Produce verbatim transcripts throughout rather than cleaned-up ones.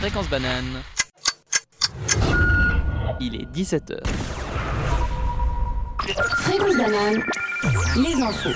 Fréquence banane. Il est dix-sept heures. Fréquence banane, les infos.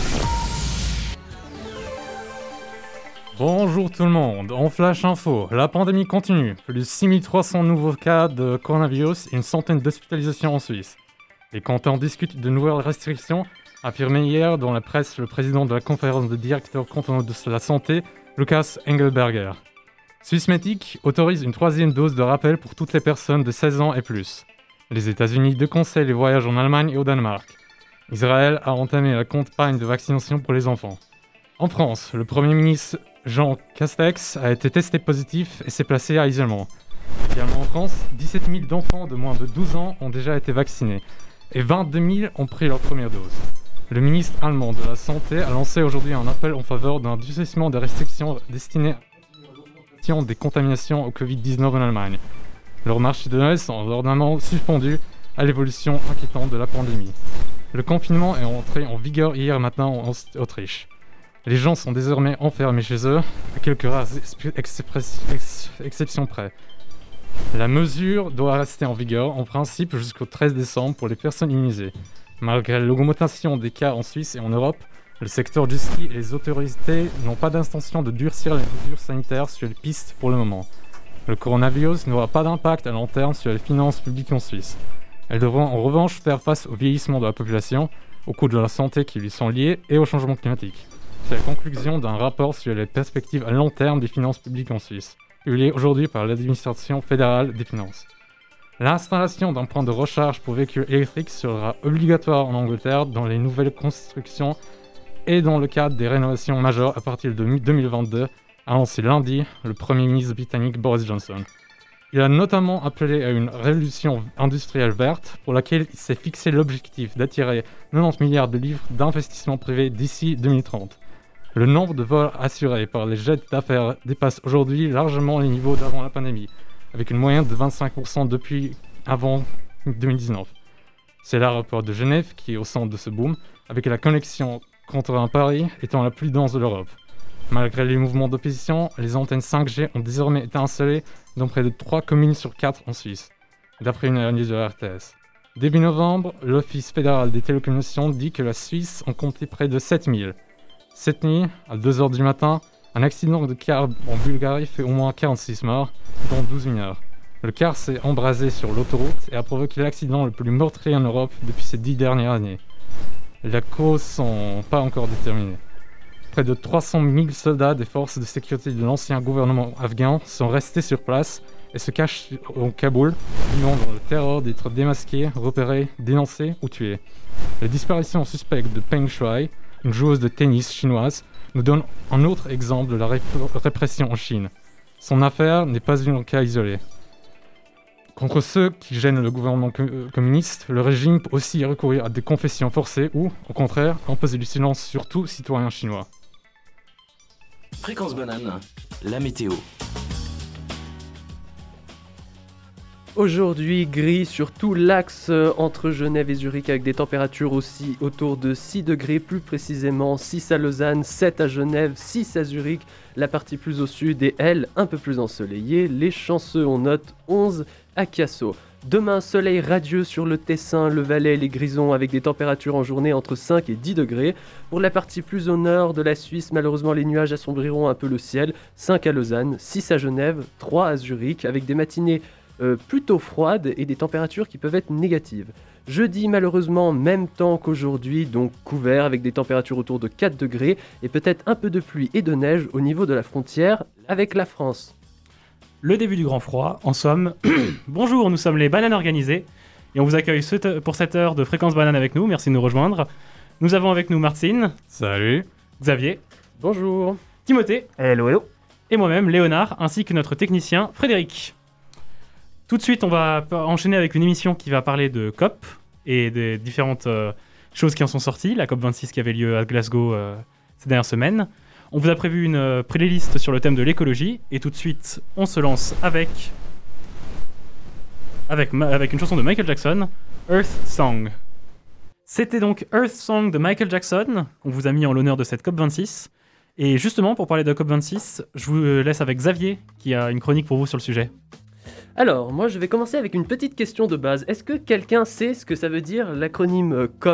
Bonjour tout le monde, en flash info, la pandémie continue. Plus de six mille trois cents nouveaux cas de coronavirus et une centaine d'hospitalisations en Suisse. Les cantons discutent de nouvelles restrictions, affirmé hier dans la presse le président de la conférence des directeurs cantonaux de la santé, Lukas Engelberger. Swissmedic autorise une troisième dose de rappel pour toutes les personnes de seize ans et plus. Les États-Unis déconseillent les voyages en Allemagne et au Danemark. Israël a entamé la campagne de vaccination pour les enfants. En France, le Premier ministre Jean Castex a été testé positif et s'est placé à isolement. Également en France, dix-sept mille d'enfants de moins de douze ans ont déjà été vaccinés et vingt-deux mille ont pris leur première dose. Le ministre allemand de la Santé a lancé aujourd'hui un appel en faveur d'un durcissement des restrictions destinées à des contaminations au covid dix-neuf en Allemagne. Leurs marchés de Noël sont ordinairement suspendus à l'évolution inquiétante de la pandémie. Le confinement est entré en vigueur hier matin en Autriche. Les gens sont désormais enfermés chez eux, à quelques rares ex- ex- exceptions près. La mesure doit rester en vigueur en principe jusqu'au treize décembre pour les personnes immunisées. Malgré l'augmentation des cas en Suisse et en Europe, le secteur du ski et les autorités n'ont pas d'intention de durcir les mesures sanitaires sur les pistes pour le moment. Le coronavirus n'aura pas d'impact à long terme sur les finances publiques en Suisse. Elles devront en revanche faire face au vieillissement de la population, aux coûts de la santé qui lui sont liés et au changement climatique. C'est la conclusion d'un rapport sur les perspectives à long terme des finances publiques en Suisse, publié aujourd'hui par l'administration fédérale des finances. L'installation d'un point de recharge pour véhicules électriques sera obligatoire en Angleterre dans les nouvelles constructions et dans le cadre des rénovations majeures à partir de deux mille vingt-deux, a annoncé lundi le Premier ministre britannique Boris Johnson. Il a notamment appelé à une révolution industrielle verte pour laquelle il s'est fixé l'objectif d'attirer quatre-vingt-dix milliards de livres d'investissement privé d'ici deux mille trente. Le nombre de vols assurés par les jets d'affaires dépasse aujourd'hui largement les niveaux d'avant la pandémie, avec une moyenne de vingt-cinq pour cent depuis avant deux mille dix-neuf. C'est l'aéroport de Genève qui est au centre de ce boom, avec la connexion Contour-Paris étant la plus dense de l'Europe. Malgré les mouvements d'opposition, les antennes cinq G ont désormais été installées dans près de trois communes sur quatre en Suisse, d'après une analyse de la R T S. Début novembre, l'Office fédéral des télécommunications dit que la Suisse en comptait près de sept mille. Cette nuit, à deux heures du matin, un accident de car en Bulgarie fait au moins quarante-six morts, dont douze mineurs. Le car s'est embrasé sur l'autoroute et a provoqué l'accident le plus meurtrier en Europe depuis ces dix dernières années. Les causes ne sont pas encore déterminées. Près de trois cent mille soldats des forces de sécurité de l'ancien gouvernement afghan sont restés sur place et se cachent au Kaboul, vivant dans le terreur d'être démasqués, repérés, dénoncés ou tués. La disparition suspecte de Peng Shuai, une joueuse de tennis chinoise, nous donne un autre exemple de la rép- répression en Chine. Son affaire n'est pas un cas isolé. Contre ceux qui gênent le gouvernement co- communiste, le régime peut aussi recourir à des confessions forcées ou, au contraire, imposer du silence sur tout citoyen chinois. Fréquence banane, la météo. Aujourd'hui, gris sur tout l'axe entre Genève et Zurich avec des températures aussi autour de six degrés, plus précisément six à Lausanne, sept à Genève, six à Zurich. La partie plus au sud est, elle, un peu plus ensoleillée. Les chanceux, on note onze à Cassau. Demain, soleil radieux sur le Tessin, le Valais et les Grisons avec des températures en journée entre cinq et dix degrés. Pour la partie plus au nord de la Suisse, malheureusement les nuages assombriront un peu le ciel. cinq à Lausanne, six à Genève, trois à Zurich avec des matinées euh, plutôt froides et des températures qui peuvent être négatives. Jeudi, malheureusement, même temps qu'aujourd'hui, donc couvert avec des températures autour de quatre degrés et peut-être un peu de pluie et de neige au niveau de la frontière avec la France. Le début du grand froid, en somme. Bonjour, nous sommes les Bananes Organisées et on vous accueille pour cette heure de Fréquence Banane avec nous. Merci de nous rejoindre. Nous avons avec nous Martine. Salut. Xavier. Bonjour. Timothée. Hello, hello. Et moi-même, Léonard, ainsi que notre technicien Frédéric. Tout de suite, on va enchaîner avec une émission qui va parler de C O P et des différentes euh, choses qui en sont sorties. La C O P vingt-six qui avait lieu à Glasgow euh, ces dernières semaines. On vous a prévu une euh, playlist sur le thème de l'écologie. Et tout de suite, on se lance avec, avec, avec une chanson de Michael Jackson, Earth Song. C'était donc Earth Song de Michael Jackson, qu'on vous a mis en l'honneur de cette C O P vingt-six. Et justement, pour parler de la COP vingt-six, je vous laisse avec Xavier, qui a une chronique pour vous sur le sujet. Alors, moi, je vais commencer avec une petite question de base. Est-ce que quelqu'un sait ce que ça veut dire l'acronyme euh, COP ?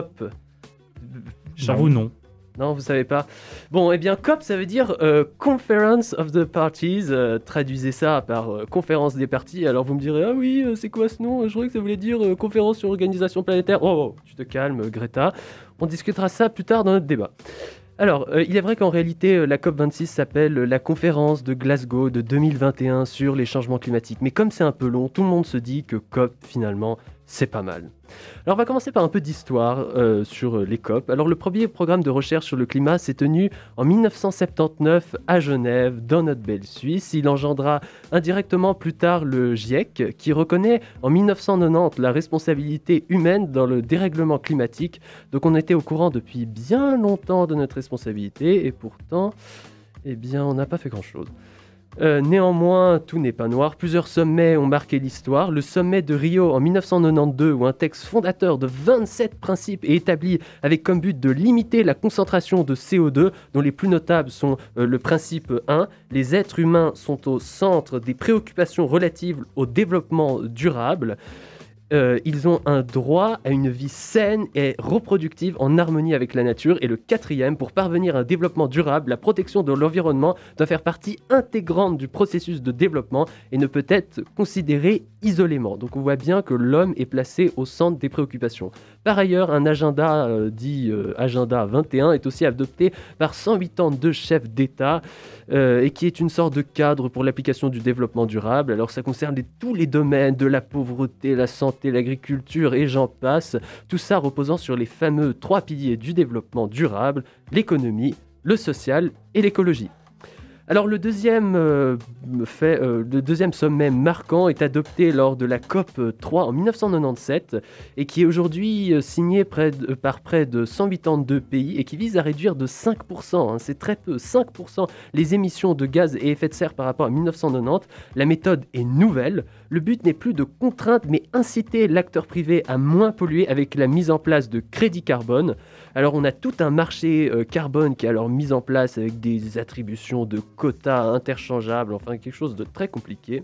J'avoue, non. Non, vous savez pas. Bon, eh bien, COP, ça veut dire euh, Conference of the Parties. Euh, traduisez ça par euh, Conférence des parties. Alors, vous me direz, ah oui, euh, c'est quoi ce nom ? Je croyais que ça voulait dire euh, Conférence sur l'organisation planétaire. Oh, oh, tu te calmes, Greta. On discutera ça plus tard dans notre débat. Alors, euh, il est vrai qu'en réalité, euh, la COP vingt-six s'appelle euh, la conférence de Glasgow de deux mille vingt et un sur les changements climatiques. Mais comme c'est un peu long, tout le monde se dit que COP, finalement, c'est pas mal. Alors, on va commencer par un peu d'histoire euh, sur les COP. Alors, le premier programme de recherche sur le climat s'est tenu en dix-neuf cent soixante-dix-neuf à Genève, dans notre belle Suisse. Il engendra indirectement plus tard le GIEC, qui reconnaît en dix-neuf cent quatre-vingt-dix la responsabilité humaine dans le dérèglement climatique. Donc, on était au courant depuis bien longtemps de notre responsabilité, et pourtant, eh bien, on n'a pas fait grand-chose. Euh, néanmoins, tout n'est pas noir. Plusieurs sommets ont marqué l'histoire. Le sommet de Rio en dix-neuf cent quatre-vingt-douze, où un texte fondateur de vingt-sept principes est établi avec comme but de limiter la concentration de C O deux, dont les plus notables sont euh, le principe un. Les êtres humains sont au centre des préoccupations relatives au développement durable. Euh, ils ont un droit à une vie saine et reproductive en harmonie avec la nature. Et le quatrième, pour parvenir à un développement durable, la protection de l'environnement doit faire partie intégrante du processus de développement et ne peut être considérée isolément. Donc on voit bien que l'homme est placé au centre des préoccupations. Par ailleurs, un agenda euh, dit euh, Agenda vingt et un est aussi adopté par cent quatre-vingt-deux chefs d'État euh, et qui est une sorte de cadre pour l'application du développement durable. Alors ça concerne les, tous les domaines de la pauvreté, la santé, l'agriculture et j'en passe. Tout ça reposant sur les fameux trois piliers du développement durable, l'économie, le social et l'écologie. Alors le deuxième, euh, fait, euh, le deuxième sommet marquant est adopté lors de la COP trois en dix-neuf cent quatre-vingt-dix-sept et qui est aujourd'hui euh, signé près de, par près de cent quatre-vingt-deux pays et qui vise à réduire de cinq pour cent, hein, c'est très peu, cinq pour cent les émissions de gaz et effets de serre par rapport à dix-neuf cent quatre-vingt-dix. La méthode est nouvelle. Le but n'est plus de contraindre mais inciter l'acteur privé à moins polluer avec la mise en place de crédits carbone. Alors on a tout un marché euh, carbone qui est alors mis en place avec des attributions de quotas interchangeables, enfin quelque chose de très compliqué.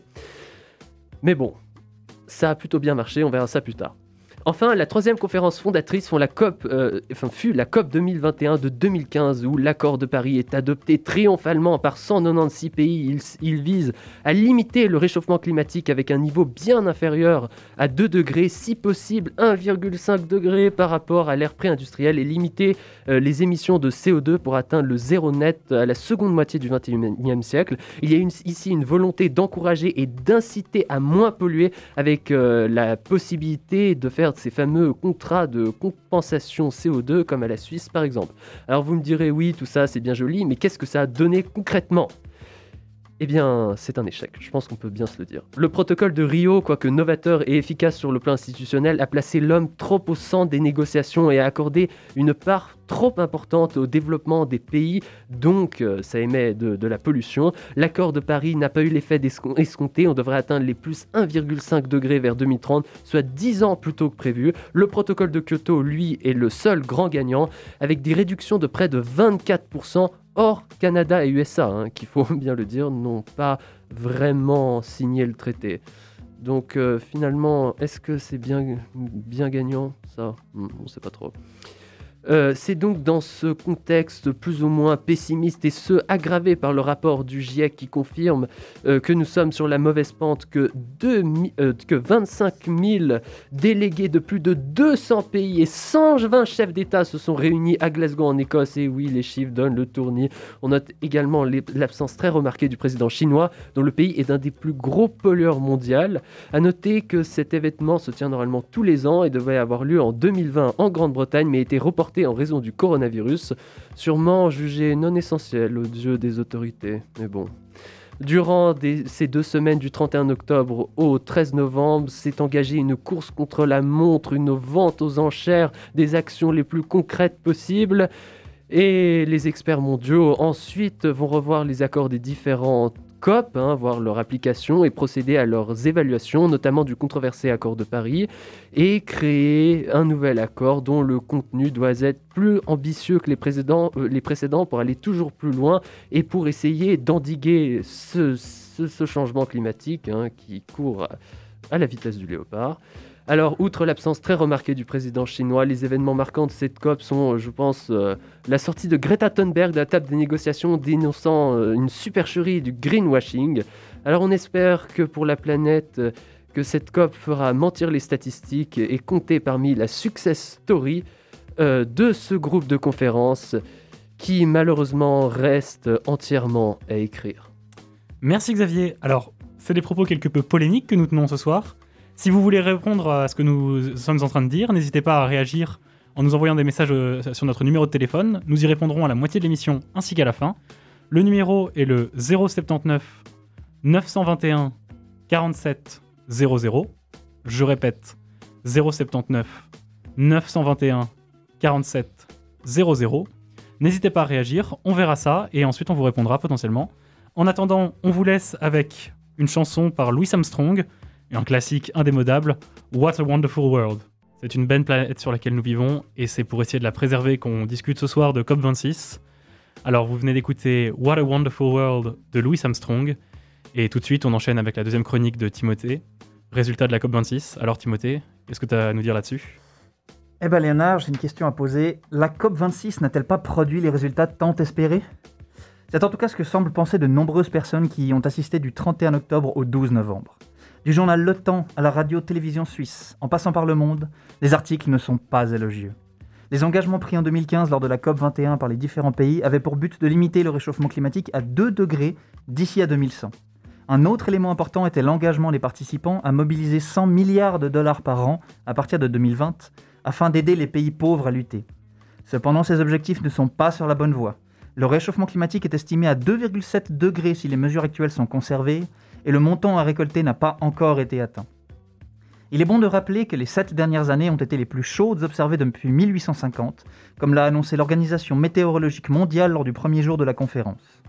Mais bon, ça a plutôt bien marché, on verra ça plus tard. Enfin, la troisième conférence fondatrice font la COP, euh, enfin, fut la COP deux mille vingt et un de deux mille quinze où l'accord de Paris est adopté triomphalement par cent quatre-vingt-seize pays. Il, il vise à limiter le réchauffement climatique avec un niveau bien inférieur à deux degrés, si possible un virgule cinq degré par rapport à l'ère pré-industrielle et limiter euh, les émissions de C O deux pour atteindre le zéro net à la seconde moitié du vingt et unième siècle. Il y a une, ici une volonté d'encourager et d'inciter à moins polluer avec euh, la possibilité de faire ces fameux contrats de compensation C O deux comme à la Suisse par exemple. Alors vous me direz oui, tout ça c'est bien joli, mais qu'est-ce que ça a donné concrètement ? Eh bien, c'est un échec, je pense qu'on peut bien se le dire. Le protocole de Rio, quoique novateur et efficace sur le plan institutionnel, a placé l'homme trop au centre des négociations et a accordé une part trop importante au développement des pays, donc euh, ça émet de, de la pollution. L'accord de Paris n'a pas eu l'effet escompté, on devrait atteindre les plus un virgule cinq degrés vers deux mille trente, soit dix ans plus tôt que prévu. Le protocole de Kyoto, lui, est le seul grand gagnant, avec des réductions de près de vingt-quatre pour cent. Or, Canada et U S A, hein, qu'il faut bien le dire, n'ont pas vraiment signé le traité. Donc euh, finalement, est-ce que c'est bien, bien gagnant ? Ça, on ne sait pas trop. Euh, c'est donc dans ce contexte plus ou moins pessimiste et ce aggravé par le rapport du GIEC qui confirme euh, que nous sommes sur la mauvaise pente, que, deux, euh, que vingt-cinq mille délégués de plus de deux cents pays et cent vingt chefs d'État se sont réunis à Glasgow en Écosse. Et oui, les chiffres donnent le tournis. On note également l'absence très remarquée du président chinois, dont le pays est un des plus gros pollueurs mondiaux. À noter que cet événement se tient normalement tous les ans et devait avoir lieu en deux mille vingt en Grande-Bretagne, mais a été reporté en raison du coronavirus, sûrement jugé non essentiel aux yeux des autorités. Mais bon. Durant des, ces deux semaines du trente et un octobre au treize novembre, s'est engagée une course contre la montre, une vente aux enchères des actions les plus concrètes possibles. Et les experts mondiaux ensuite vont revoir les accords des différentes COP, hein, voir leur application et procéder à leurs évaluations, notamment du controversé accord de Paris, et créer un nouvel accord dont le contenu doit être plus ambitieux que les précédents, euh, les précédents pour aller toujours plus loin et pour essayer d'endiguer ce, ce, ce changement climatique hein, qui court à la vitesse du léopard. Alors, outre l'absence très remarquée du président chinois, les événements marquants de cette COP sont, je pense, euh, la sortie de Greta Thunberg de la table des négociations dénonçant euh, une supercherie du greenwashing. Alors, on espère que pour la planète, euh, que cette COP fera mentir les statistiques et compter parmi la success story euh, de ce groupe de conférences qui, malheureusement, reste entièrement à écrire. Merci Xavier. Alors, c'est des propos quelque peu polémiques que nous tenons ce soir. Si vous voulez répondre à ce que nous sommes en train de dire, n'hésitez pas à réagir en nous envoyant des messages sur notre numéro de téléphone. Nous y répondrons à la moitié de l'émission ainsi qu'à la fin. Le numéro est le zéro soixante-dix-neuf neuf cent vingt et un quarante-sept zéro zéro. Je répète, zéro soixante-dix-neuf neuf cent vingt et un quarante-sept zéro zéro. N'hésitez pas à réagir, on verra ça et ensuite on vous répondra potentiellement. En attendant, on vous laisse avec une chanson par Louis Armstrong, un classique indémodable, What a Wonderful World. C'est une belle planète sur laquelle nous vivons et c'est pour essayer de la préserver qu'on discute ce soir de COP vingt-six. Alors vous venez d'écouter What a Wonderful World de Louis Armstrong et tout de suite on enchaîne avec la deuxième chronique de Timothée, résultat de la COP vingt-six. Alors Timothée, qu'est-ce que tu as à nous dire là-dessus ? Eh ben Léonard, j'ai une question à poser. La COP vingt-six n'a-t-elle pas produit les résultats tant espérés ? C'est en tout cas ce que semblent penser de nombreuses personnes qui y ont assisté du trente et un octobre au douze novembre. Du journal Le Temps à la radio-télévision suisse, en passant par Le Monde, les articles ne sont pas élogieux. Les engagements pris en deux mille quinze lors de la COP vingt et un par les différents pays avaient pour but de limiter le réchauffement climatique à deux degrés d'ici à deux mille cent. Un autre élément important était l'engagement des participants à mobiliser cent milliards de dollars par an à partir de deux mille vingt afin d'aider les pays pauvres à lutter. Cependant, ces objectifs ne sont pas sur la bonne voie. Le réchauffement climatique est estimé à deux virgule sept degrés si les mesures actuelles sont conservées, et le montant à récolter n'a pas encore été atteint. Il est bon de rappeler que les sept dernières années ont été les plus chaudes observées depuis mille huit cent cinquante, comme l'a annoncé l'Organisation météorologique mondiale lors du premier jour de la conférence.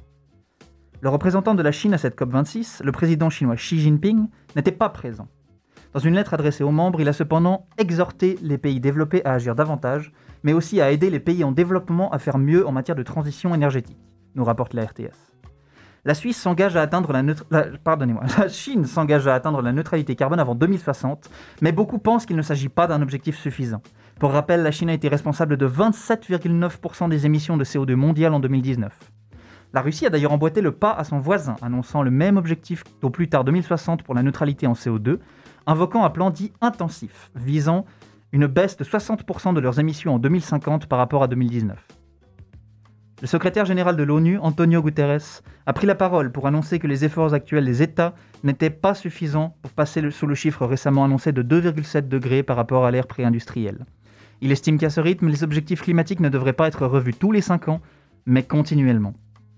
Le représentant de la Chine à cette COP vingt-six, le président chinois Xi Jinping, n'était pas présent. Dans une lettre adressée aux membres, il a cependant exhorté les pays développés à agir davantage, mais aussi à aider les pays en développement à faire mieux en matière de transition énergétique, nous rapporte la R T S. La Suisse s'engage à atteindre la, neutre... la... Pardonnez-moi. La Chine s'engage à atteindre la neutralité carbone avant deux mille soixante, mais beaucoup pensent qu'il ne s'agit pas d'un objectif suffisant. Pour rappel, la Chine a été responsable de vingt-sept virgule neuf pour cent des émissions de C O deux mondiales en deux mille dix-neuf. La Russie a d'ailleurs emboîté le pas à son voisin, annonçant le même objectif au plus tard deux mille soixante pour la neutralité en C O deux, invoquant un plan dit intensif, visant une baisse de soixante pour cent de leurs émissions en deux mille cinquante par rapport à deux mille dix-neuf. Le secrétaire général de l'ONU, Antonio Guterres, a pris la parole pour annoncer que les efforts actuels des États n'étaient pas suffisants pour passer le, sous le chiffre récemment annoncé de deux virgule sept degrés par rapport à l'ère pré-industrielle. Il estime qu'à ce rythme, les objectifs climatiques ne devraient pas être revus tous les cinq ans, mais continuellement.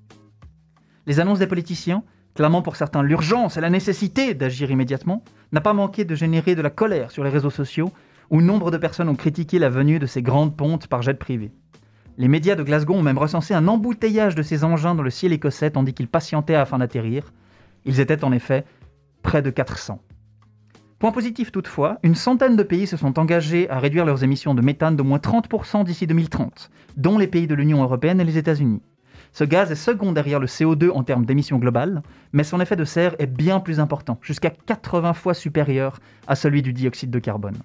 Les annonces des politiciens, clamant pour certains l'urgence et la nécessité d'agir immédiatement, n'a pas manqué de générer de la colère sur les réseaux sociaux, où nombre de personnes ont critiqué la venue de ces grandes pontes par jet privé. Les médias de Glasgow ont même recensé un embouteillage de ces engins dans le ciel écossais tandis qu'ils patientaient afin d'atterrir. Ils étaient en effet près de quatre cents. Point positif toutefois, une centaine de pays se sont engagés à réduire leurs émissions de méthane d'au moins trente pour cent d'ici deux mille trente, dont les pays de l'Union européenne et les États-Unis. Ce gaz est second derrière le C O deux en termes d'émissions globales, mais son effet de serre est bien plus important, jusqu'à quatre-vingts fois supérieur à celui du dioxyde de carbone.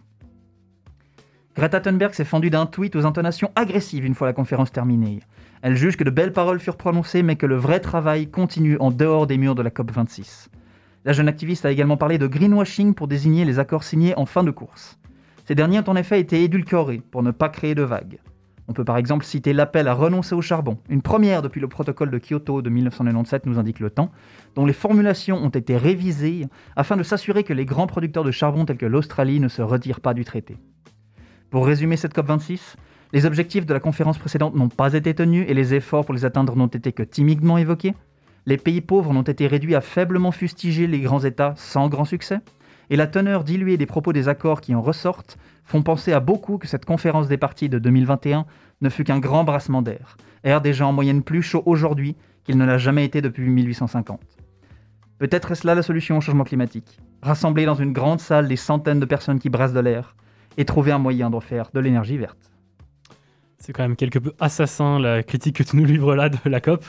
Greta Thunberg s'est fendue d'un tweet aux intonations agressives une fois la conférence terminée. Elle juge que de belles paroles furent prononcées, mais que le vrai travail continue en dehors des murs de la COP vingt-six. La jeune activiste a également parlé de greenwashing pour désigner les accords signés en fin de course. Ces derniers ont en effet été édulcorés pour ne pas créer de vagues. On peut par exemple citer l'appel à renoncer au charbon, une première depuis le protocole de Kyoto de dix-neuf cent quatre-vingt-dix-sept, nous indique Le Temps, dont les formulations ont été révisées afin de s'assurer que les grands producteurs de charbon tels que l'Australie ne se retirent pas du traité. Pour résumer cette COP vingt-six, les objectifs de la conférence précédente n'ont pas été tenus et les efforts pour les atteindre n'ont été que timidement évoqués. Les pays pauvres n'ont été réduits à faiblement fustiger les grands États sans grand succès. Et la teneur diluée des propos des accords qui en ressortent font penser à beaucoup que cette conférence des parties de deux mille vingt et un ne fut qu'un grand brassement d'air, air déjà en moyenne plus chaud aujourd'hui qu'il ne l'a jamais été depuis mille huit cent cinquante. Peut-être est-ce là la solution au changement climatique. Rassembler dans une grande salle des centaines de personnes qui brassent de l'air et trouver un moyen de faire de l'énergie verte. C'est quand même quelque peu assassin la critique que tu nous livres là de la COP.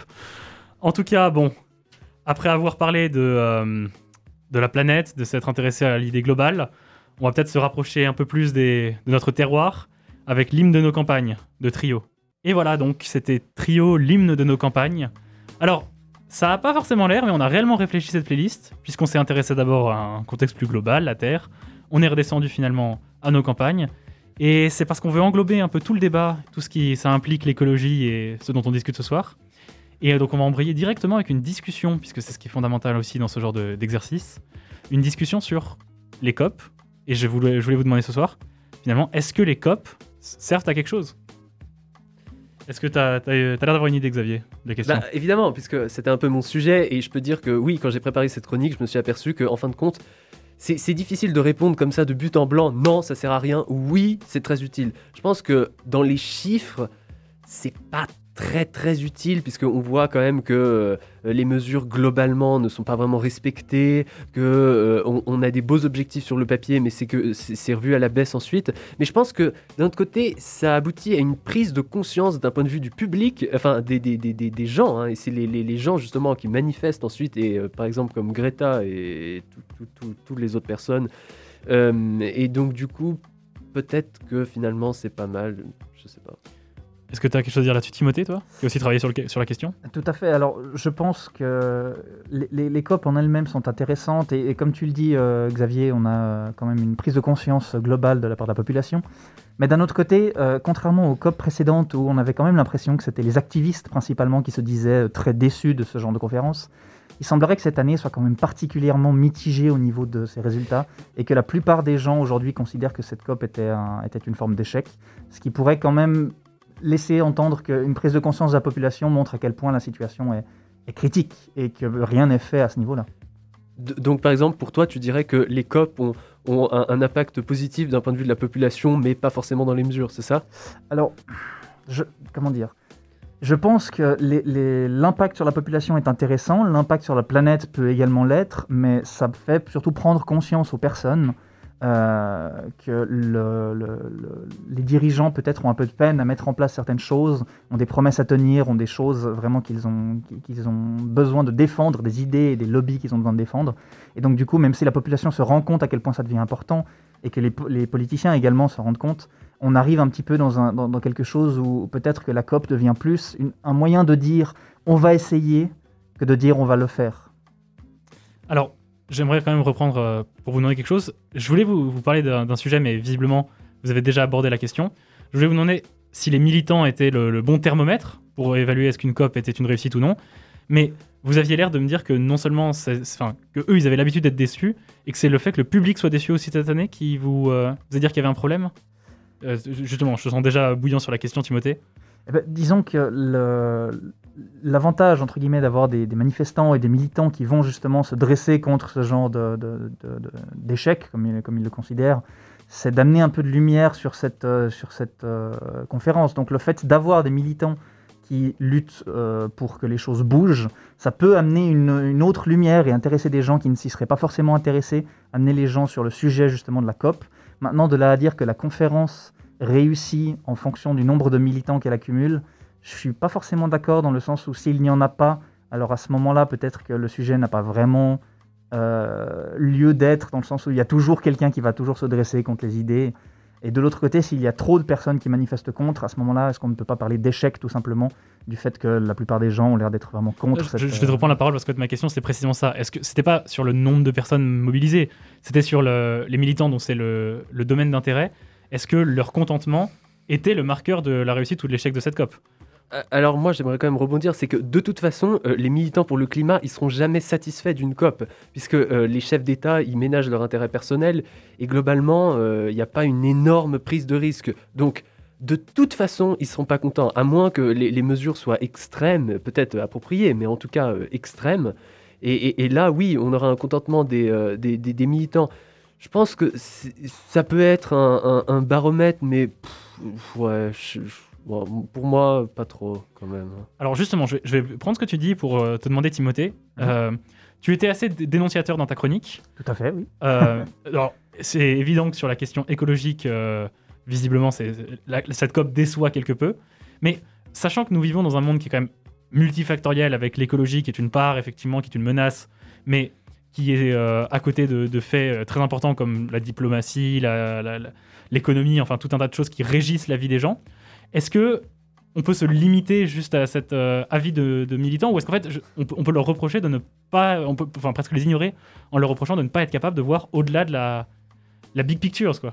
En tout cas, bon, après avoir parlé de, euh, de la planète, de s'être intéressé à l'idée globale, on va peut-être se rapprocher un peu plus des, de notre terroir avec l'hymne de nos campagnes, de Trio. Et voilà, donc c'était Trio, l'hymne de nos campagnes. Alors, ça n'a pas forcément l'air, mais on a réellement réfléchi cette playlist, puisqu'on s'est intéressé d'abord à un contexte plus global, la Terre. On est redescendu finalement à nos campagnes. Et c'est parce qu'on veut englober un peu tout le débat, tout ce qui ça implique l'écologie et ce dont on discute ce soir. Et donc on va embrayer directement avec une discussion, puisque c'est ce qui est fondamental aussi dans ce genre de, d'exercice, une discussion sur les COP. Et je voulais, je voulais vous demander ce soir, finalement, est-ce que les COP servent à quelque chose ? Est-ce que tu as l'air d'avoir une idée, Xavier, de la question ? Bah, évidemment, puisque c'était un peu mon sujet, et je peux dire que oui, quand j'ai préparé cette chronique, je me suis aperçu qu'en fin de compte, c'est, c'est difficile de répondre comme ça de but en blanc, non, ça sert à rien, oui, c'est très utile. Je pense que dans les chiffres, c'est pas très très utile, puisqu'on voit quand même que euh, les mesures globalement ne sont pas vraiment respectées, qu'on euh, on a des beaux objectifs sur le papier, mais c'est que c'est, c'est revu à la baisse ensuite. Mais je pense que d'un autre côté, ça aboutit à une prise de conscience d'un point de vue du public, enfin des, des, des, des, des gens, hein, et c'est les, les, les gens justement qui manifestent ensuite, et euh, par exemple comme Greta et toutes les autres personnes. Euh, et donc du coup, peut-être que finalement c'est pas mal, je sais pas. Est-ce que tu as quelque chose à dire là-dessus, Timothée, toi, qui a aussi travaillé sur, le, sur la question ? Tout à fait. Alors, je pense que les, les, les COP en elles-mêmes sont intéressantes. Et, et comme tu le dis, euh, Xavier, on a quand même une prise de conscience globale de la part de la population. Mais d'un autre côté, euh, contrairement aux COP précédentes, où on avait quand même l'impression que c'était les activistes principalement qui se disaient très déçus de ce genre de conférence, il semblerait que cette année soit quand même particulièrement mitigée au niveau de ses résultats et que la plupart des gens aujourd'hui considèrent que cette COP était, un, était une forme d'échec, ce qui pourrait quand même laisser entendre qu'une prise de conscience de la population montre à quel point la situation est, est critique et que rien n'est fait à ce niveau-là. Donc par exemple, pour toi, tu dirais que les COP ont, ont un, un impact positif d'un point de vue de la population, mais pas forcément dans les mesures, c'est ça ? Alors, je, comment dire ? Je pense que les, les, l'impact sur la population est intéressant, l'impact sur la planète peut également l'être, mais ça fait surtout prendre conscience aux personnes Euh, que le, le, le, les dirigeants peut-être ont un peu de peine à mettre en place certaines choses, ont des promesses à tenir, ont des choses vraiment qu'ils ont, qu'ils ont besoin de défendre, des idées et des lobbies qu'ils ont besoin de défendre. Et donc du coup, même si la population se rend compte à quel point ça devient important et que les, les politiciens également se rendent compte, on arrive un petit peu dans, un, dans, dans quelque chose où peut-être que la COP devient plus une, un moyen de dire on va essayer que de dire on va le faire. Alors, j'aimerais quand même reprendre euh, pour vous demander quelque chose. Je voulais vous, vous parler d'un, d'un sujet, mais visiblement, vous avez déjà abordé la question. Je voulais vous demander si les militants étaient le, le bon thermomètre pour évaluer est-ce qu'une COP était une réussite ou non. Mais vous aviez l'air de me dire que non seulement, c'est, c'est, enfin, que eux, ils avaient l'habitude d'être déçus, et que c'est le fait que le public soit déçu aussi cette année qui vous euh, faisait dire qu'il y avait un problème. Euh, justement, je te sens déjà bouillant sur la question, Timothée. Eh ben, disons que le, l'avantage, entre guillemets, d'avoir des, des manifestants et des militants qui vont justement se dresser contre ce genre de, de, de, de, d'échec, comme ils, comme ils le considèrent, c'est d'amener un peu de lumière sur cette, euh, sur cette euh, conférence. Donc le fait d'avoir des militants qui luttent euh, pour que les choses bougent, ça peut amener une, une autre lumière et intéresser des gens qui ne s'y seraient pas forcément intéressés, amener les gens sur le sujet justement de la COP. Maintenant, de là à dire que la conférence réussit en fonction du nombre de militants qu'elle accumule, je ne suis pas forcément d'accord dans le sens où s'il n'y en a pas, alors à ce moment-là, peut-être que le sujet n'a pas vraiment euh, lieu d'être, dans le sens où il y a toujours quelqu'un qui va toujours se dresser contre les idées. Et de l'autre côté, s'il y a trop de personnes qui manifestent contre, à ce moment-là, est-ce qu'on ne peut pas parler d'échec tout simplement, du fait que la plupart des gens ont l'air d'être vraiment contre je, cette... Je, je vais te reprendre la parole parce que ma question, c'était précisément ça. Est-ce que c'était pas sur le nombre de personnes mobilisées, c'était sur le, les militants dont c'est le, le domaine d'intérêt. Est-ce que leur contentement était le marqueur de la réussite ou de l'échec de cette COP ? Alors moi, j'aimerais quand même rebondir, c'est que de toute façon, euh, les militants pour le climat, ils seront jamais satisfaits d'une COP, puisque euh, les chefs d'État, ils ménagent leur intérêt personnel, et globalement, il euh, n'y a pas une énorme prise de risque. Donc, de toute façon, ils ne seront pas contents, à moins que les, les mesures soient extrêmes, peut-être appropriées, mais en tout cas euh, extrêmes. Et, et, et là, oui, on aura un contentement des, euh, des, des, des militants. Je pense que ça peut être un, un, un baromètre, mais pff, ouais, je, je, bon, pour moi, pas trop quand même. Alors justement, je vais, je vais prendre ce que tu dis pour euh, te demander, Timothée. Mmh. Euh, Tu étais assez d- dénonciateur dans ta chronique. Tout à fait, oui. Euh, alors, c'est évident que sur la question écologique, euh, visiblement, c'est, la, cette COP déçoit quelque peu. Mais sachant que nous vivons dans un monde qui est quand même multifactoriel, avec l'écologie qui est une part, effectivement, qui est une menace, mais qui est euh, à côté de, de faits euh, très importants comme la diplomatie, la, la, la, l'économie, enfin tout un tas de choses qui régissent la vie des gens. Est-ce que on peut se limiter juste à cet euh, avis de, de militants, ou est-ce qu'en fait, je, on, peut, on peut leur reprocher de ne pas, on peut enfin presque les ignorer en leur reprochant de ne pas être capable de voir au-delà de la, la big picture, quoi.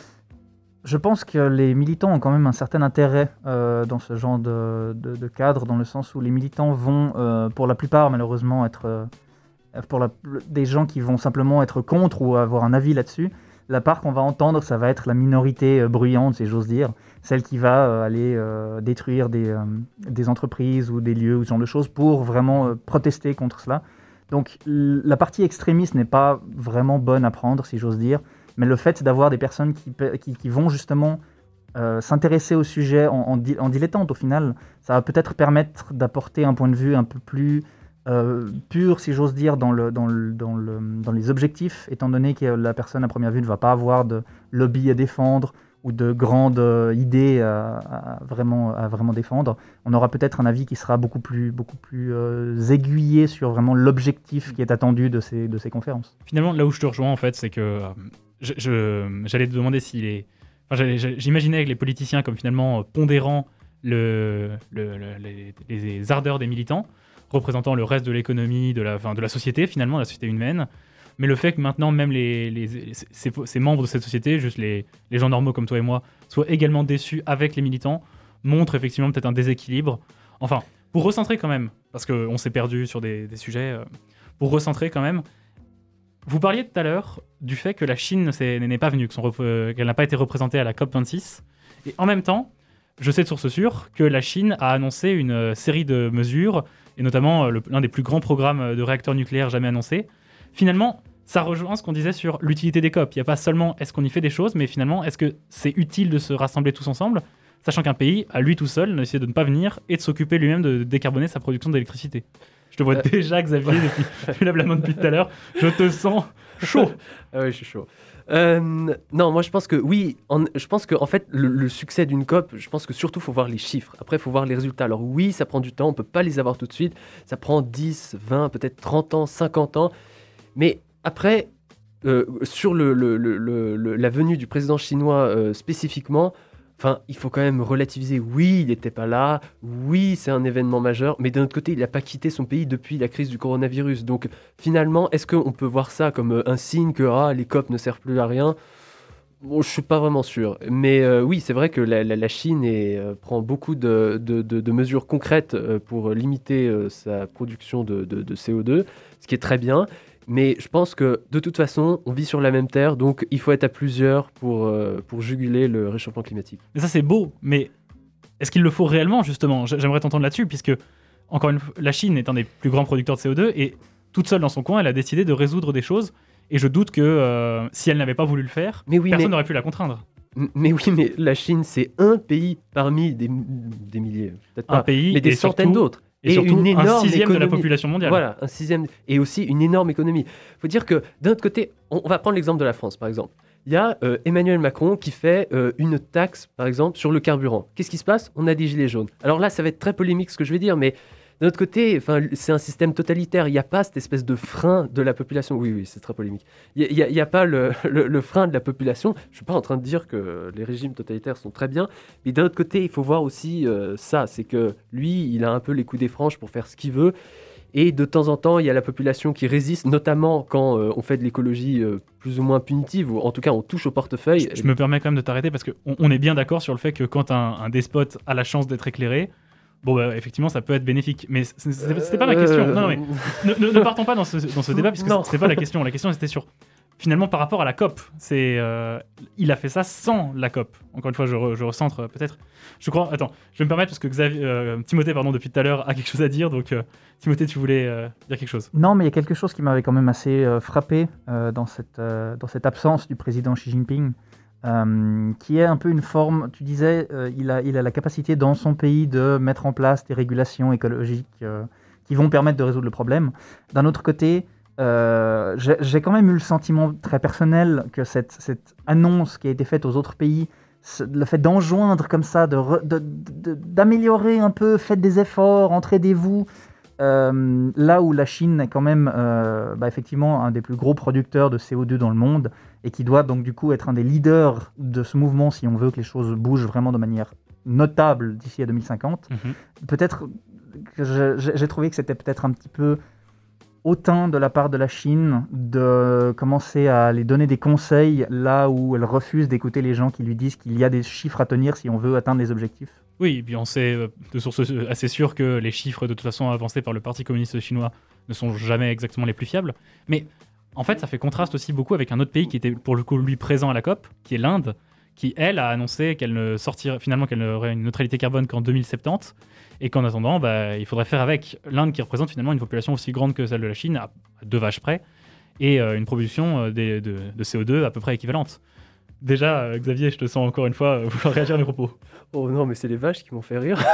Je pense que les militants ont quand même un certain intérêt euh, dans ce genre de, de, de cadre, dans le sens où les militants vont, euh, pour la plupart malheureusement, être euh, pour la, des gens qui vont simplement être contre ou avoir un avis là-dessus. La part qu'on va entendre, ça va être la minorité euh, bruyante, si j'ose dire, celle qui va euh, aller euh, détruire des, euh, des entreprises ou des lieux ou ce genre de choses pour vraiment euh, protester contre cela. Donc l- la partie extrémiste n'est pas vraiment bonne à prendre, si j'ose dire. Mais le fait d'avoir des personnes qui, qui, qui vont justement euh, s'intéresser au sujet en, en, di- en dilettante, au final, ça va peut-être permettre d'apporter un point de vue un peu plus euh, pur, si j'ose dire, dans, le, dans, le, dans, le, dans les objectifs, étant donné que la personne à première vue ne va pas avoir de lobby à défendre ou de grandes euh, idées à, à, vraiment, à vraiment défendre. On aura peut-être un avis qui sera beaucoup plus, beaucoup plus euh, aiguillé sur vraiment l'objectif qui est attendu de ces, de ces conférences. Finalement, là où je te rejoins, en fait, c'est que euh, je, je, j'allais te demander si les... Enfin, j'allais, j'imaginais avec les politiciens comme finalement euh, pondérant le, le, le, les, les ardeurs des militants, représentant le reste de l'économie, de la, enfin, de la société, finalement, la société humaine. Mais le fait que maintenant, même les, les, les, ces, ces membres de cette société, juste les, les gens normaux comme toi et moi, soient également déçus avec les militants, montre effectivement peut-être un déséquilibre. Enfin, pour recentrer quand même, parce qu'on s'est perdu sur des, des sujets, euh, pour recentrer quand même, vous parliez tout à l'heure du fait que la Chine n'est pas venue, que son, euh, qu'elle n'a pas été représentée à la COP vingt-six. Et en même temps, je sais de source sûre que la Chine a annoncé une euh, série de mesures, et notamment euh, le, l'un des plus grands programmes de réacteurs nucléaires jamais annoncés. Finalement, ça rejoint ce qu'on disait sur l'utilité des COP. Il n'y a pas seulement est-ce qu'on y fait des choses, mais finalement, est-ce que c'est utile de se rassembler tous ensemble, sachant qu'un pays, à lui tout seul, essaie de ne pas venir et de s'occuper lui-même de décarboner sa production d'électricité. Je te vois euh... déjà, Xavier, depuis, tu lèves la main depuis tout à l'heure. Je te sens chaud. Ah oui, je suis chaud. Euh, non, moi je pense que oui, en, je pense que en fait le, le succès d'une COP, je pense que surtout il faut voir les chiffres. Après, il faut voir les résultats. Alors oui, ça prend du temps, on ne peut pas les avoir tout de suite. Ça prend dix, vingt, peut-être trente ans, cinquante ans. Mais après, euh, sur le, le, le, le, la venue du président chinois euh, spécifiquement, enfin, il faut quand même relativiser. Oui, il n'était pas là. Oui, c'est un événement majeur. Mais d'un autre côté, il n'a pas quitté son pays depuis la crise du coronavirus. Donc finalement, est-ce qu'on peut voir ça comme un signe que ah, les COP ne servent plus à rien ? Bon, je ne suis pas vraiment sûr. Mais euh, oui, c'est vrai que la, la, la Chine est, euh, prend beaucoup de, de, de, de mesures concrètes euh, pour limiter euh, sa production de, de, de C O deux, ce qui est très bien. Mais je pense que de toute façon, on vit sur la même terre, donc il faut être à plusieurs pour, euh, pour juguler le réchauffement climatique. Mais ça, c'est beau, mais est-ce qu'il le faut réellement, justement ? J'aimerais t'entendre là-dessus, puisque, encore une fois, la Chine est un des plus grands producteurs de C O deux, et toute seule dans son coin, elle a décidé de résoudre des choses, et je doute que euh, si elle n'avait pas voulu le faire, mais oui, personne n'aurait pu la contraindre. Mais oui, mais la Chine, c'est un pays parmi des, des milliers, peut-être pas, un pays, mais des centaines surtout... d'autres. Et, et surtout une énorme un sixième économie. de la population mondiale. Voilà, un sixième. Et aussi une énorme économie. Il faut dire que d'un autre côté, on, on va prendre l'exemple de la France, par exemple. Il y a euh, Emmanuel Macron qui fait euh, une taxe, par exemple, sur le carburant. Qu'est-ce qui se passe ? On a des gilets jaunes. Alors là, ça va être très polémique ce que je vais dire, mais d'un autre côté, c'est un système totalitaire. Il n'y a pas cette espèce de frein de la population. Oui, oui, c'est très polémique. Il n'y a, a, a pas le, le, le frein de la population. Je ne suis pas en train de dire que les régimes totalitaires sont très bien. Mais d'un autre côté, il faut voir aussi euh, ça. C'est que lui, il a un peu les coups des franges pour faire ce qu'il veut. Et de temps en temps, il y a la population qui résiste, notamment quand euh, on fait de l'écologie euh, plus ou moins punitive, ou en tout cas, on touche au portefeuille. Je, je me permets quand même de t'arrêter parce qu'on on est bien d'accord sur le fait que quand un, un despote a la chance d'être éclairé, bon, bah, effectivement, ça peut être bénéfique. Mais c'était pas ma question. Euh... Non, non, mais ne, ne, ne partons pas dans ce, dans ce débat, puisque c'était pas la question. La question, c'était sur, finalement, par rapport à la COP. C'est, euh, il a fait ça sans la COP. Encore une fois, je, re, je recentre euh, peut-être. Je crois... Attends, je vais me permettre, parce que Xavier, euh, Timothée, pardon, depuis tout à l'heure, a quelque chose à dire. Donc, euh, Timothée, tu voulais euh, dire quelque chose ? Non, mais il y a quelque chose qui m'avait quand même assez euh, frappé euh, dans, cette, euh, dans cette absence du président Xi Jinping. Euh, qui est un peu une forme, tu disais, euh, il, a, il a la capacité dans son pays de mettre en place des régulations écologiques euh, qui vont permettre de résoudre le problème. D'un autre côté, Euh, j'ai, j'ai quand même eu le sentiment très personnel que cette, cette annonce qui a été faite aux autres pays, ce- le fait d'enjoindre comme ça, de, re- de- de- d'améliorer un peu, faites des efforts, entraidez-vous, euh, là où la Chine est quand même euh, bah, effectivement un des plus gros producteurs de C O deux dans le monde et qui doit donc du coup être un des leaders de ce mouvement si on veut que les choses bougent vraiment de manière notable d'ici à deux mille cinquante. Mhm. Peut-être que je- j'ai j'ai trouvé que c'était peut-être un petit peu hautain de la part de la Chine de commencer à les donner des conseils là où elle refuse d'écouter les gens qui lui disent qu'il y a des chiffres à tenir si on veut atteindre les objectifs. Oui, et puis on sait euh, de sources assez sûres que les chiffres de toute façon avancés par le Parti communiste chinois ne sont jamais exactement les plus fiables. Mais en fait, ça fait contraste aussi beaucoup avec un autre pays qui était pour le coup lui présent à la COP, qui est l'Inde, qui elle a annoncé qu'elle ne sortirait finalement qu'elle n'aurait une neutralité carbone qu'en deux mille soixante-dix, et qu'en attendant, bah, il faudrait faire avec l'Inde qui représente finalement une population aussi grande que celle de la Chine, à à deux vaches près, et euh, une production euh, des- de, de C O deux à peu près équivalente. Déjà, euh, Xavier, je te sens encore une fois euh, vouloir réagir à mes propos. Oh non, mais c'est les vaches qui m'ont fait rire.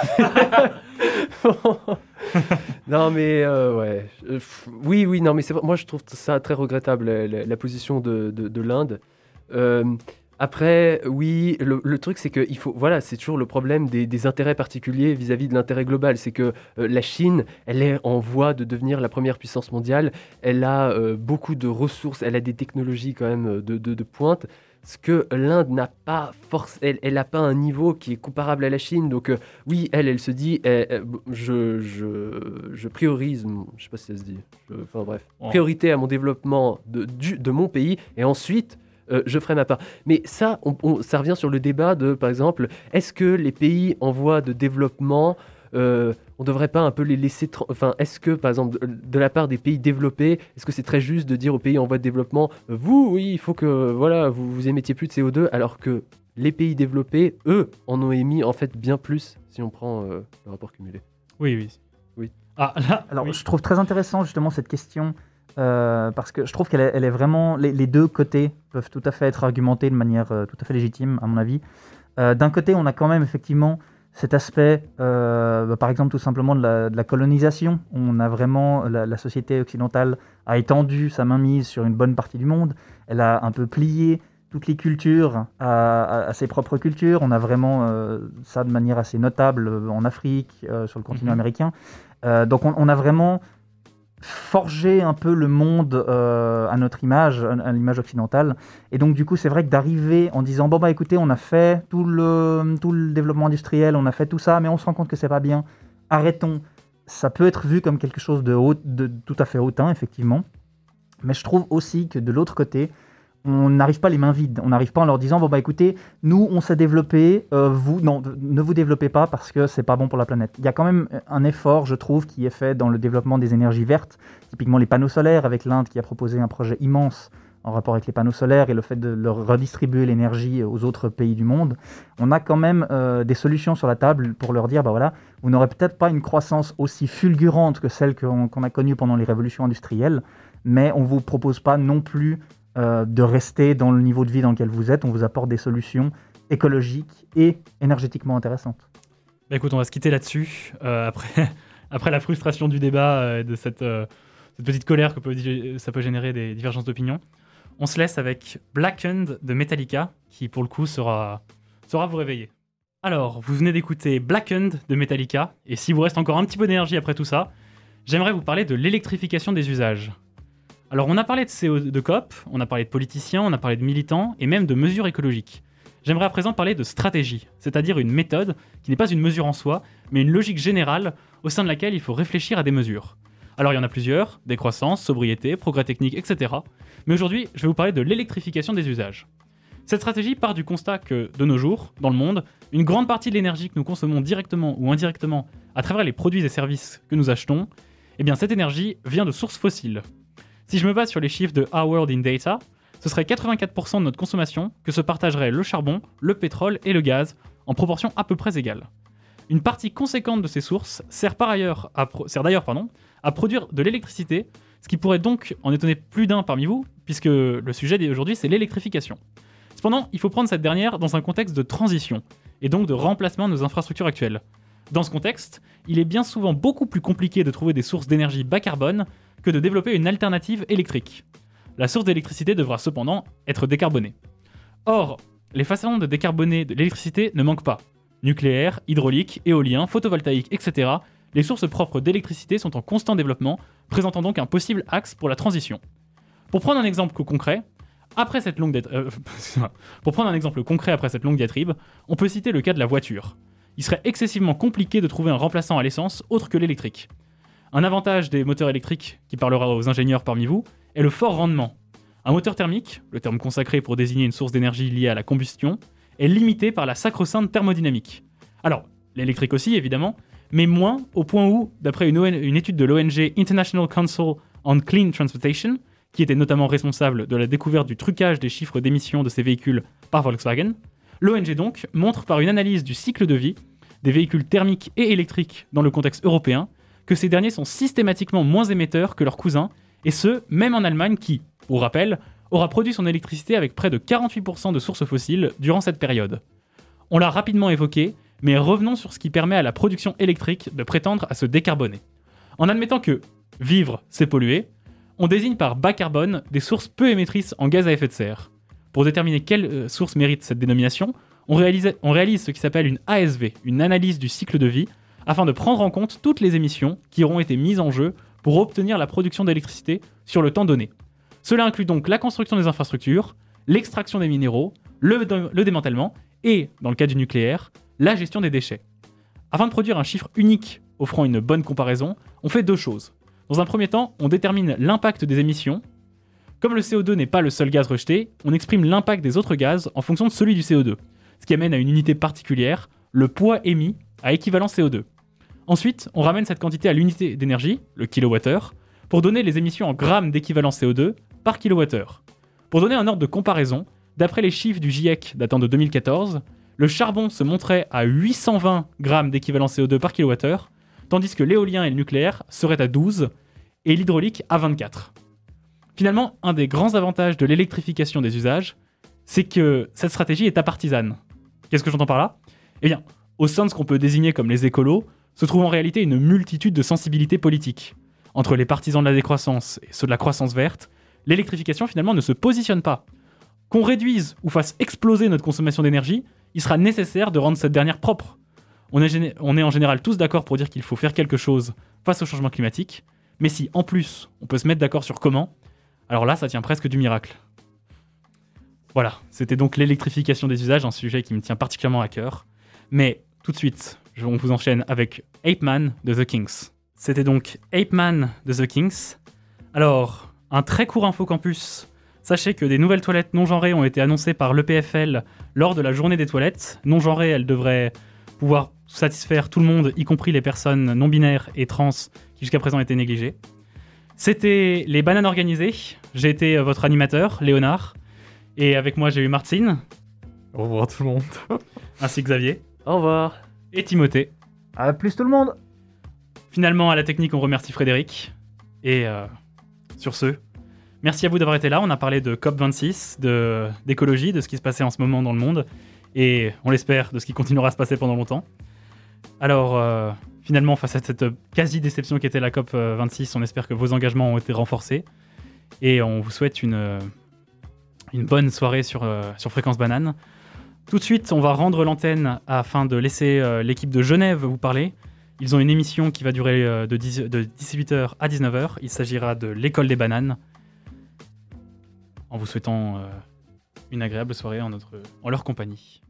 Non, mais euh, ouais. Euh, pff, oui, oui, non, mais c'est vrai, moi je trouve ça très regrettable, la, la- la position de, de, de l'Inde. Euh, après, oui, le, le truc c'est que il faut, voilà, c'est toujours le problème des, des intérêts particuliers vis-à-vis de l'intérêt global. C'est que euh, la Chine, elle est en voie de devenir la première puissance mondiale. Elle a euh, beaucoup de ressources, elle a des technologies quand même de, de, de pointe. Ce que l'Inde n'a pas force, elle, elle n'a pas un niveau qui est comparable à la Chine. Donc euh, oui, elle, elle se dit, eh, eh, je, je, je priorise, mon- je sais pas si ça se dit, je- enfin bref, Oh. priorité à mon développement de, du, de mon pays, et ensuite euh, je ferai ma part. Mais ça, on- on- ça revient sur le débat de, par exemple, est-ce que les pays en voie de développement, euh, on devrait pas un peu les laisser, tra- enfin, est-ce que, par exemple, de, de la part des pays développés, est-ce que c'est très juste de dire aux pays en voie de développement, euh, vous, oui, il faut que, voilà, vous, vous émettiez plus de C O deux, alors que les pays développés, eux, en ont émis en fait bien plus si on prend euh, le rapport cumulé. Oui, oui. Oui. Ah, là, Alors, oui. je trouve très intéressant justement cette question euh, parce que je trouve qu'elle est, elle est vraiment. Les, les deux côtés peuvent tout à fait être argumentés de manière euh, tout à fait légitime, à mon avis. Euh, d'un côté, on a quand même effectivement cet aspect, euh, bah, par exemple, tout simplement de la, de la colonisation. On a vraiment. La, la société occidentale a étendu sa mainmise sur une bonne partie du monde. Elle a un peu plié toutes les cultures à, à- à ses propres cultures. On a vraiment euh, ça de manière assez notable euh, en Afrique, euh, sur le continent Mhm. américain. Euh, donc on, on a vraiment forgé un peu le monde euh, à notre image, à, à l'image occidentale. Et donc du coup, c'est vrai que d'arriver en disant bon bah écoutez, on a fait tout le tout le développement industriel, on a fait tout ça, mais on se rend compte que c'est pas bien. Arrêtons. Ça peut être vu comme quelque chose de, haut, de tout à fait hautain, effectivement. Mais je trouve aussi que de l'autre côté, on n'arrive pas les mains vides. On n'arrive pas en leur disant bon bah écoutez, nous on s'est développé, euh, vous non, ne vous développez pas parce que c'est pas bon pour la planète. Il y a quand même un effort, je trouve, qui est fait dans le développement des énergies vertes, typiquement les panneaux solaires, avec l'Inde qui a proposé un projet immense en rapport avec les panneaux solaires et le fait de leur redistribuer l'énergie aux autres pays du monde. On a quand même euh, des solutions sur la table pour leur dire bah voilà, vous n'aurez peut-être pas une croissance aussi fulgurante que celle qu'on qu'on a connue pendant les révolutions industrielles, mais on vous propose pas non plus euh, de rester dans le niveau de vie dans lequel vous êtes. On vous apporte des solutions écologiques et énergétiquement intéressantes. Bah écoute, on va se quitter là-dessus. euh, après, après la frustration du débat, euh, de cette, euh, cette petite colère que peut, ça peut générer des divergences d'opinion, on se laisse avec Blackened de Metallica, qui pour le coup sera, sera vous réveiller. Alors, vous venez d'écouter Blackened de Metallica, et si vous reste encore un petit peu d'énergie après tout ça, j'aimerais vous parler de l'électrification des usages. Alors, on a parlé de C O deux de COP, on a parlé de politiciens, on a parlé de militants, et même de mesures écologiques. J'aimerais à présent parler de stratégie, c'est-à-dire une méthode qui n'est pas une mesure en soi, mais une logique générale au sein de laquelle il faut réfléchir à des mesures. Alors il y en a plusieurs, décroissance, sobriété, progrès technique, et cetera. Mais aujourd'hui, je vais vous parler de l'électrification des usages. Cette stratégie part du constat que, de nos jours, dans le monde, une grande partie de l'énergie que nous consommons directement ou indirectement à travers les produits et services que nous achetons, eh bien cette énergie vient de sources fossiles. Si je me base sur les chiffres de Our World in Data, ce serait quatre-vingt-quatre pour cent de notre consommation que se partageraient le charbon, le pétrole et le gaz, en proportion à peu près égale. Une partie conséquente de ces sources sert, par ailleurs à pro- sert d'ailleurs pardon, à produire de l'électricité, ce qui pourrait donc en étonner plus d'un parmi vous, puisque le sujet d'aujourd'hui c'est l'électrification. Cependant, il faut prendre cette dernière dans un contexte de transition, et donc de remplacement de nos infrastructures actuelles. Dans ce contexte, il est bien souvent beaucoup plus compliqué de trouver des sources d'énergie bas carbone que de développer une alternative électrique. La source d'électricité devra cependant être décarbonée. Or, les façons de décarboner de l'électricité ne manquent pas. Nucléaire, hydraulique, éolien, photovoltaïque, et cetera. Les sources propres d'électricité sont en constant développement, présentant donc un possible axe pour la transition. Pour prendre un exemple concret, après cette longue diat- euh, pour prendre un exemple concret après cette longue diatribe, on peut citer le cas de la voiture. Il serait excessivement compliqué de trouver un remplaçant à l'essence autre que l'électrique. Un avantage des moteurs électriques, qui parlera aux ingénieurs parmi vous, est le fort rendement. Un moteur thermique, le terme consacré pour désigner une source d'énergie liée à la combustion, est limité par la sacro-sainte thermodynamique. Alors, l'électrique aussi évidemment, mais moins au point où, d'après une, O N- une étude de l'O N G International Council on Clean Transportation, qui était notamment responsable de la découverte du trucage des chiffres d'émissions de ces véhicules par Volkswagen, l'O N G donc montre par une analyse du cycle de vie des véhicules thermiques et électriques dans le contexte européen que ces derniers sont systématiquement moins émetteurs que leurs cousins, et ce, même en Allemagne qui, pour rappel, aura produit son électricité avec près de quarante-huit pour cent de sources fossiles durant cette période. On l'a rapidement évoqué, mais revenons sur ce qui permet à la production électrique de prétendre à se décarboner. En admettant que vivre, c'est polluer, on désigne par bas carbone des sources peu émettrices en gaz à effet de serre. Pour déterminer quelle euh, source mérite cette dénomination, on réalise, on réalise ce qui s'appelle une A S V, une analyse du cycle de vie, afin de prendre en compte toutes les émissions qui auront été mises en jeu pour obtenir la production d'électricité sur le temps donné. Cela inclut donc la construction des infrastructures, l'extraction des minéraux, le, le démantèlement et, dans le cas du nucléaire, la gestion des déchets. Afin de produire un chiffre unique offrant une bonne comparaison, on fait deux choses. Dans un premier temps, on détermine l'impact des émissions. Comme le C O deux n'est pas le seul gaz rejeté, on exprime l'impact des autres gaz en fonction de celui du C O deux, ce qui amène à une unité particulière, le poids émis à équivalent C O deux. Ensuite, on ramène cette quantité à l'unité d'énergie, le kilowattheure, pour donner les émissions en grammes d'équivalent C O deux par kilowattheure. Pour donner un ordre de comparaison, d'après les chiffres du GIEC datant de deux mille quatorze, le charbon se montrait à huit cent vingt grammes d'équivalent C O deux par kilowattheure, tandis que l'éolien et le nucléaire seraient à douze et l'hydraulique à vingt-quatre. Finalement, un des grands avantages de l'électrification des usages, c'est que cette stratégie est apartisane. Qu'est-ce que j'entends par là ? Eh bien, au sein de ce qu'on peut désigner comme les écolos, se trouve en réalité une multitude de sensibilités politiques. Entre les partisans de la décroissance et ceux de la croissance verte, l'électrification finalement ne se positionne pas. Qu'on réduise ou fasse exploser notre consommation d'énergie, il sera nécessaire de rendre cette dernière propre. On est, géné- on est en général tous d'accord pour dire qu'il faut faire quelque chose face au changement climatique, mais si en plus on peut se mettre d'accord sur comment, alors là ça tient presque du miracle. Voilà, c'était donc l'électrification des usages, un sujet qui me tient particulièrement à cœur. Mais tout de suite, je- on vous enchaîne avec Ape Man de The Kinks. C'était donc Ape Man de The Kinks. Alors, un très court info campus. Sachez que des nouvelles toilettes non genrées ont été annoncées par l'E P F L lors de la journée des toilettes. Non genrées, elles devraient pouvoir satisfaire tout le monde, y compris les personnes non-binaires et trans qui jusqu'à présent étaient négligées. C'était les bananes organisées. J'ai été euh, votre animateur, Léonard. Et avec moi, j'ai eu Martine, Au revoir tout le monde. ainsi que Xavier, Au revoir. et Timothée. À plus tout le monde. Finalement, à la technique, on remercie Frédéric. Et euh, sur ce, merci à vous d'avoir été là. On a parlé de COP vingt-six, de, d'écologie, de ce qui se passait en ce moment dans le monde. Et on l'espère, de ce qui continuera à se passer pendant longtemps. Alors, euh, finalement, face à cette quasi-déception qui était la COP vingt-six, on espère que vos engagements ont été renforcés. Et on vous souhaite une, euh, une bonne soirée sur, euh, sur Fréquence Banane. Tout de suite, on va rendre l'antenne afin de laisser euh, l'équipe de Genève vous parler. Ils ont une émission qui va durer euh, de, dix, de dix-huit heures à dix-neuf heures. Il s'agira de l'école des bananes. En vous souhaitant euh, une agréable soirée en, notre, en leur compagnie.